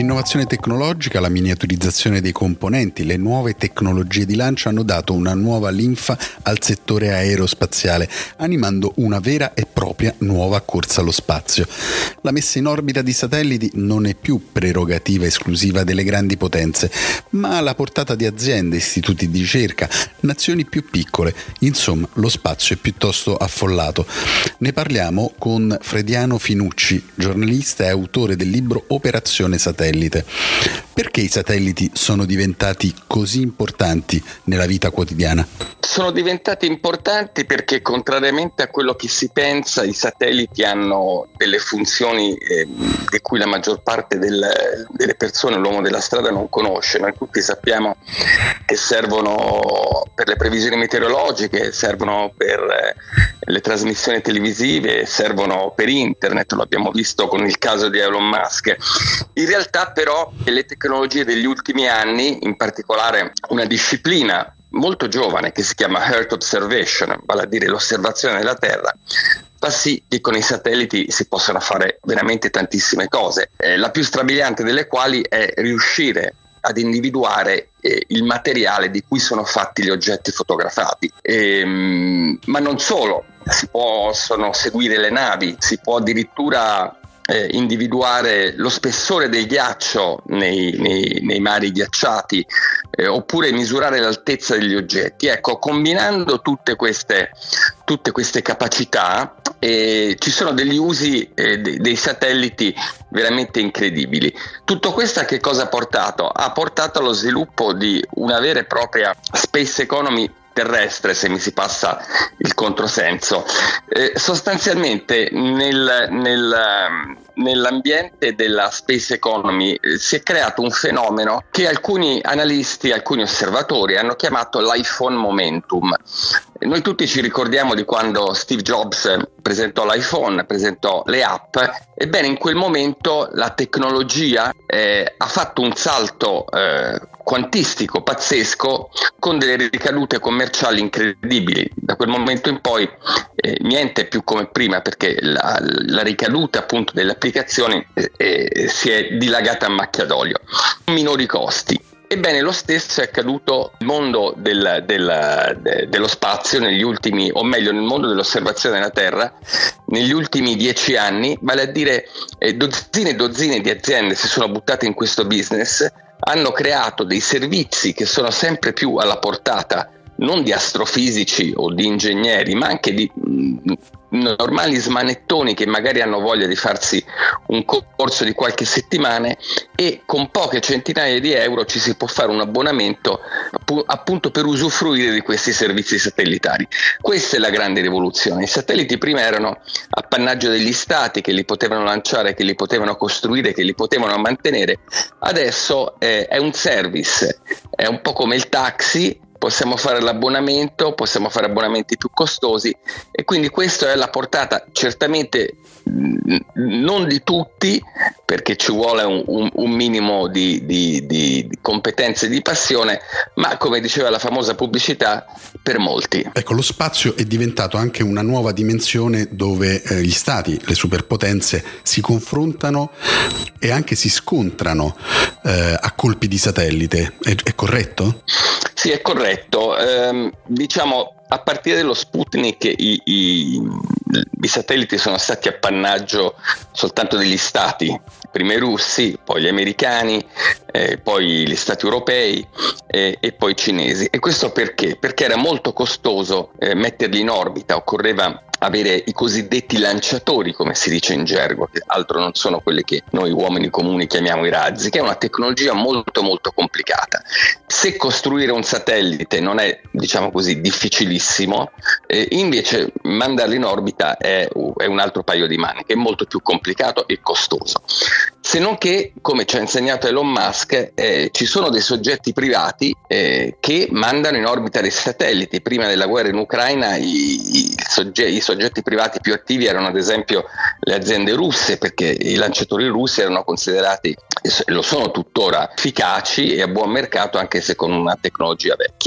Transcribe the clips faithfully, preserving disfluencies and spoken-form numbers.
L'innovazione tecnologica, la miniaturizzazione dei componenti, le nuove tecnologie di lancio hanno dato una nuova linfa al settore aerospaziale, animando una vera e propria nuova corsa allo spazio. La messa in orbita di satelliti non è più prerogativa esclusiva delle grandi potenze, ma alla portata di aziende, istituti di ricerca, nazioni più piccole. Insomma, lo spazio è piuttosto affollato. Ne parliamo con Frediano Finucci, giornalista e autore del libro Operazione Satellite. Perché i satelliti sono diventati così importanti nella vita quotidiana? Sono diventati importanti perché, contrariamente a quello che si pensa, i satelliti hanno delle funzioni eh, di cui la maggior parte del, delle persone, l'uomo della strada, non conosce. Noi tutti sappiamo che servono per le previsioni meteorologiche, servono per eh, le trasmissioni televisive, servono per internet, lo abbiamo visto con il caso di Elon Musk. In realtà però le tecnologie degli ultimi anni, in particolare una disciplina molto giovane che si chiama Earth Observation, vale a dire l'osservazione della Terra, fa sì che con i satelliti si possano fare veramente tantissime cose, eh, la più strabiliante delle quali è riuscire ad individuare eh, il materiale di cui sono fatti gli oggetti fotografati. E, ma non solo, si possono seguire le navi, si può addirittura Eh, individuare lo spessore del ghiaccio nei, nei, nei mari ghiacciati, eh, oppure misurare l'altezza degli oggetti. Ecco, combinando tutte queste, tutte queste capacità, eh, ci sono degli usi eh, de- dei satelliti veramente incredibili. Tutto questo a che cosa ha portato? Ha portato allo sviluppo di una vera e propria space economy terrestre, se mi si passa il controsenso. Eh, sostanzialmente nel, nel, nell'ambiente della space economy eh, si è creato un fenomeno che alcuni analisti, alcuni osservatori hanno chiamato l'iPhone momentum. Noi tutti ci ricordiamo di quando Steve Jobs presentò l'iPhone, presentò le app. Ebbene, in quel momento la tecnologia eh, ha fatto un salto eh, quantistico, pazzesco, con delle ricadute commerciali incredibili. Da quel momento in poi eh, niente più come prima, perché la, la ricaduta appunto delle applicazioni eh, eh, si è dilagata a macchia d'olio. Minori costi. Ebbene, lo stesso è accaduto nel mondo del, del, de, dello spazio negli ultimi, o meglio nel mondo dell'osservazione della Terra, negli ultimi dieci anni, vale a dire eh, dozzine e dozzine di aziende si sono buttate in questo business, hanno creato dei servizi che sono sempre più alla portata non di astrofisici o di ingegneri, ma anche di mh, normali smanettoni che magari hanno voglia di farsi un corso di qualche settimana, e con poche centinaia di euro ci si può fare un abbonamento appu- appunto per usufruire di questi servizi satellitari. Questa è la grande rivoluzione. I satelliti prima erano appannaggio degli stati, che li potevano lanciare, che li potevano costruire, che li potevano mantenere. Adesso eh, è un service, è un po' come il taxi. Possiamo fare l'abbonamento, possiamo fare abbonamenti più costosi, e quindi questo è alla portata certamente mh, non di tutti, perché ci vuole un, un, un minimo di, di, di, di competenze e di passione, ma come diceva la famosa pubblicità, per molti. Ecco, lo spazio è diventato anche una nuova dimensione dove eh, gli stati, le superpotenze si confrontano e anche si scontrano eh, a colpi di satellite. È, è corretto? Sì, è corretto. Eh, diciamo, a partire dallo Sputnik i, i, i satelliti sono stati appannaggio soltanto degli stati, prima i russi, poi gli americani, eh, poi gli stati europei eh, e poi i cinesi. E questo perché? Perché era molto costoso eh, metterli in orbita, occorreva avere i cosiddetti lanciatori, come si dice in gergo, che altro non sono quelli che noi uomini comuni chiamiamo i razzi, che è una tecnologia molto molto complicata. Se costruire un satellite non è, diciamo così, difficilissimo, eh, invece mandarlo in orbita è, è un altro paio di maniche, è molto più complicato e costoso. Se non che, come ci ha insegnato Elon Musk, eh, ci sono dei soggetti privati eh, che mandano in orbita dei satelliti. Prima della guerra in Ucraina i, i, sogge- i soggetti privati più attivi erano ad esempio le aziende russe, perché i lanciatori russi erano considerati, e lo sono tuttora, efficaci e a buon mercato, anche se con una tecnologia vecchia.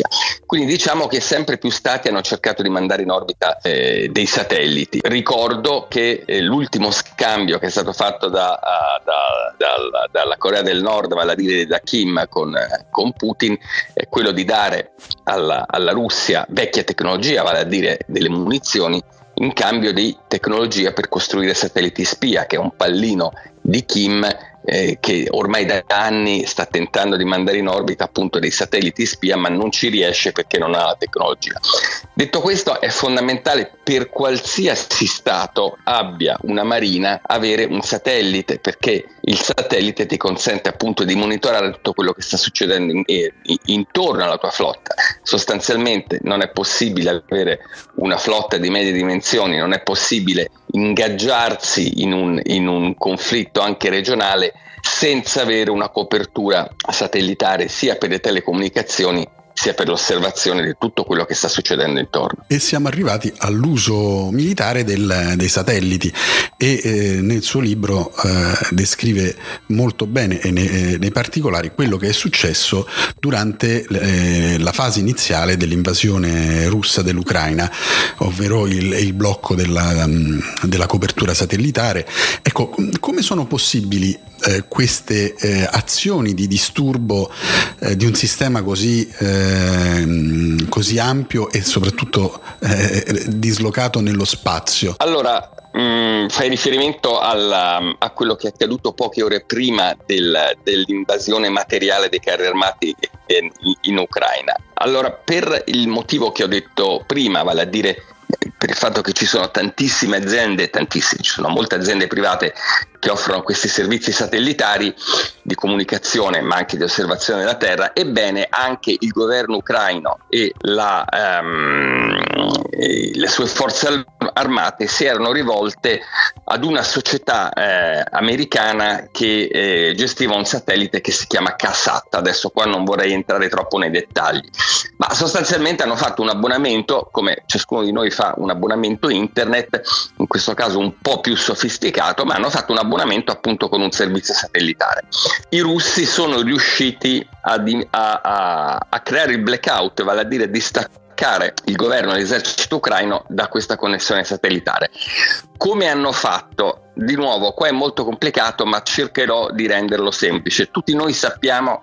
Quindi diciamo che sempre più stati hanno cercato di mandare in orbita eh, dei satelliti. Ricordo che eh, l'ultimo scambio che è stato fatto da, a, da, da, dalla Corea del Nord, vale a dire da Kim con, con Putin, è quello di dare alla, alla Russia vecchia tecnologia, vale a dire delle munizioni, in cambio di tecnologia per costruire satelliti spia, che è un pallino di Kim eh, che ormai da anni sta tentando di mandare in orbita appunto dei satelliti spia, ma non ci riesce perché non ha la tecnologia. Detto questo, è fondamentale per qualsiasi stato abbia una marina avere un satellite, perché il satellite ti consente appunto di monitorare tutto quello che sta succedendo in, in, intorno alla tua flotta. Sostanzialmente non è possibile avere una flotta di medie dimensioni, non è possibile ingaggiarsi in un, in un conflitto anche regionale senza avere una copertura satellitare sia per le telecomunicazioni sia per l'osservazione di tutto quello che sta succedendo intorno. E siamo arrivati all'uso militare del, dei satelliti e eh, nel suo libro eh, descrive molto bene e nei, nei particolari quello che è successo durante eh, la fase iniziale dell'invasione russa dell'Ucraina, ovvero il, il blocco della, della copertura satellitare. Ecco, come sono possibili eh, queste eh, azioni di disturbo eh, di un sistema così eh, così ampio e soprattutto eh, dislocato nello spazio? Allora, mh, fai riferimento alla, a quello che è accaduto poche ore prima del, dell'invasione materiale dei carri armati in, in Ucraina. Allora, per il motivo che ho detto prima, vale a dire per il fatto che ci sono tantissime aziende, tantissime, ci sono molte aziende private che offrono questi servizi satellitari di comunicazione ma anche di osservazione della Terra, ebbene anche il governo ucraino e, la, um, e le sue forze armate si erano rivolte ad una società eh, americana che eh, gestiva un satellite che si chiama Casat. Adesso qua non vorrei entrare troppo nei dettagli, ma sostanzialmente hanno fatto un abbonamento, come ciascuno di noi fa un abbonamento internet, in questo caso un po' più sofisticato, ma hanno fatto un abbonamento appunto con un servizio satellitare. I russi sono riusciti a, a, a, a creare il blackout, vale a dire distaccare il governo e l'esercito ucraino da questa connessione satellitare. Come hanno fatto? Di nuovo, qua è molto complicato, ma cercherò di renderlo semplice. Tutti noi sappiamo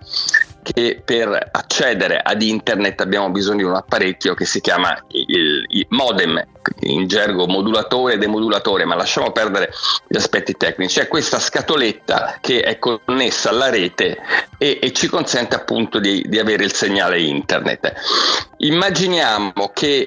che per accedere ad internet abbiamo bisogno di un apparecchio che si chiama il, il modem, in gergo modulatore e demodulatore, ma lasciamo perdere gli aspetti tecnici. È questa scatoletta che è connessa alla rete e, e ci consente appunto di, di avere il segnale internet. Immaginiamo che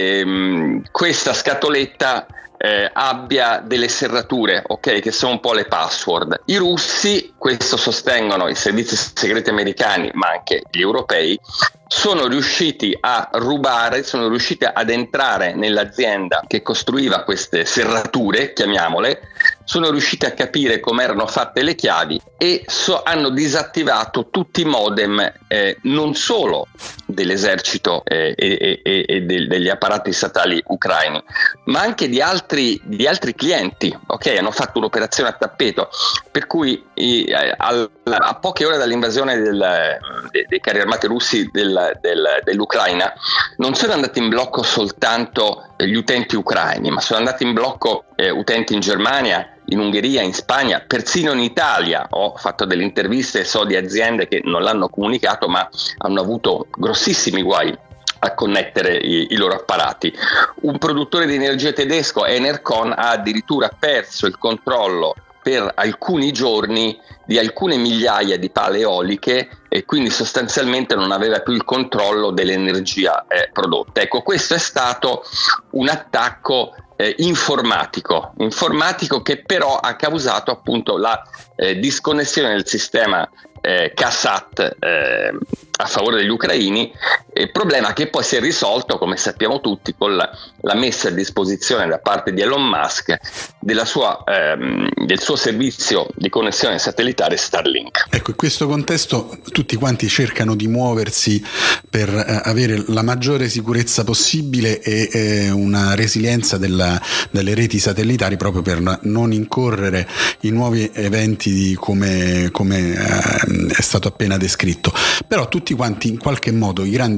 ehm, questa scatoletta Eh, abbia delle serrature, ok, che sono un po' le password. I russi, questo sostengono i servizi segreti americani, ma anche gli europei, sono riusciti a rubare, sono riusciti ad entrare nell'azienda che costruiva queste serrature, chiamiamole, sono riusciti a capire come erano fatte le chiavi e so, hanno disattivato tutti i modem eh, non solo dell'esercito eh, e, e, e del, degli apparati statali ucraini, ma anche di altri, di altri clienti. Ok, hanno fatto un'operazione a tappeto, per cui i, a, a poche ore dall'invasione del, de, dei carri armati russi del, del, dell'Ucraina non sono andati in blocco soltanto gli utenti ucraini, ma sono andati in blocco eh, utenti in Germania, in Ungheria, in Spagna, persino in Italia. Ho fatto delle interviste, so di aziende che non l'hanno comunicato ma hanno avuto grossissimi guai a connettere i, i loro apparati. Un produttore di energia tedesco, Enercon, ha addirittura perso il controllo per alcuni giorni di alcune migliaia di pale eoliche e quindi sostanzialmente non aveva più il controllo dell'energia eh, prodotta. Ecco, questo è stato un attacco Eh, informatico, informatico che però ha causato appunto la eh, disconnessione del sistema eh, Casat eh, a favore degli ucraini, eh, problema che poi si è risolto, come sappiamo tutti, con la, la messa a disposizione da parte di Elon Musk della sua, ehm, del suo servizio di connessione satellitare Starlink. Ecco, in questo contesto tutti quanti cercano di muoversi per eh, avere la maggiore sicurezza possibile e eh, una resilienza della, delle reti satellitari, proprio per non incorrere in nuovi eventi di come, come eh, è stato appena descritto. Però tutti quanti in qualche modo, i grandi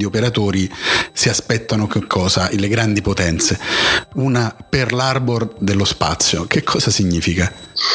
operatori si aspettano che cosa? Le grandi potenze. Una Pearl Harbor dello spazio. Che cosa significa?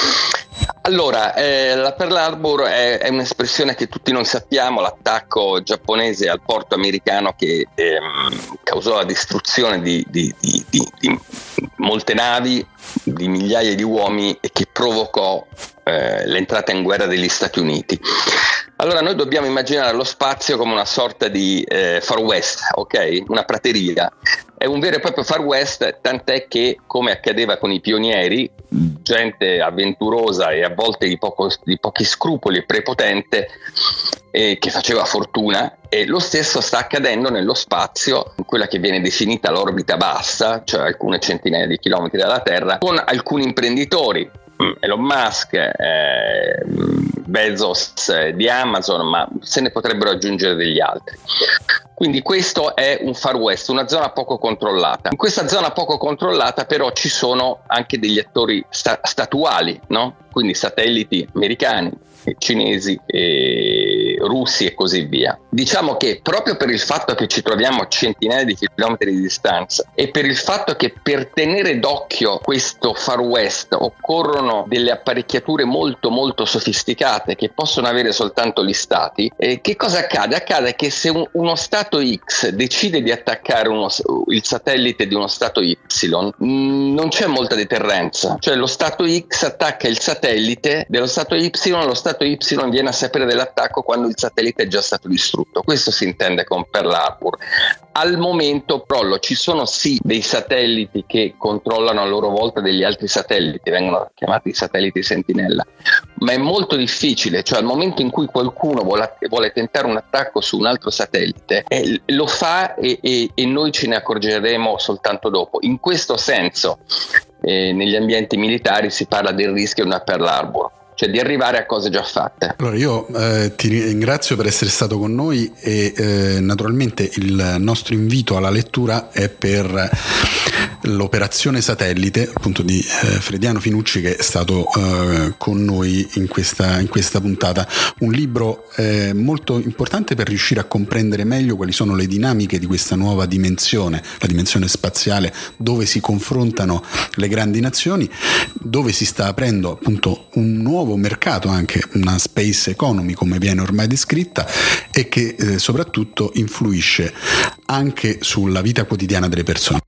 Allora, eh, la Pearl Harbor è, è un'espressione che tutti noi sappiamo, l'attacco giapponese al porto americano che ehm, causò la distruzione di, di, di, di, di molte navi, di migliaia di uomini e che provocò eh, l'entrata in guerra degli Stati Uniti. Allora noi dobbiamo immaginare lo spazio come una sorta di eh, Far West, ok? Una prateria. È un vero e proprio Far West, tant'è che, come accadeva con i pionieri, gente avventurosa e a volte di, poco, di pochi scrupoli e prepotente, eh, che faceva fortuna, e lo stesso sta accadendo nello spazio, in quella che viene definita l'orbita bassa, cioè alcune centinaia di chilometri dalla Terra, con alcuni imprenditori, Elon Musk, eh, Bezos eh, di Amazon, ma se ne potrebbero aggiungere degli altri. Quindi questo è un Far West, una zona poco controllata. In questa zona poco controllata però ci sono anche degli attori sta- statuali, no? Quindi satelliti americani, cinesi, e russi e così via. Diciamo che proprio per il fatto che ci troviamo a centinaia di chilometri di distanza e per il fatto che per tenere d'occhio questo Far West occorrono delle apparecchiature molto molto sofisticate che possono avere soltanto gli stati, eh, che cosa accade? Accade che se un, uno stato X decide di attaccare uno, il satellite di uno stato Y, mh, non c'è molta deterrenza, cioè lo stato X attacca il satellite dello stato Y, lo stato Y viene a sapere dell'attacco quando il satellite è già stato distrutto. Questo si intende con Pearl Harbor. Al momento crollo, ci sono sì dei satelliti che controllano a loro volta degli altri satelliti, vengono chiamati satelliti sentinella, ma è molto difficile, cioè al momento in cui qualcuno vuole, vuole tentare un attacco su un altro satellite, eh, lo fa e, e, e noi ce ne accorgeremo soltanto dopo. In questo senso, eh, negli ambienti militari si parla del rischio di una Pearl Harbor, cioè di arrivare a cose già fatte. Allora io eh, ti ringrazio per essere stato con noi e eh, naturalmente il nostro invito alla lettura è per l'operazione satellite, appunto, di eh, Frediano Finucci, che è stato eh, con noi in questa, in questa puntata. Un libro eh, molto importante per riuscire a comprendere meglio quali sono le dinamiche di questa nuova dimensione, la dimensione spaziale, dove si confrontano le grandi nazioni, dove si sta aprendo appunto un nuovo mercato, anche una space economy come viene ormai descritta, e che eh, soprattutto influisce anche sulla vita quotidiana delle persone.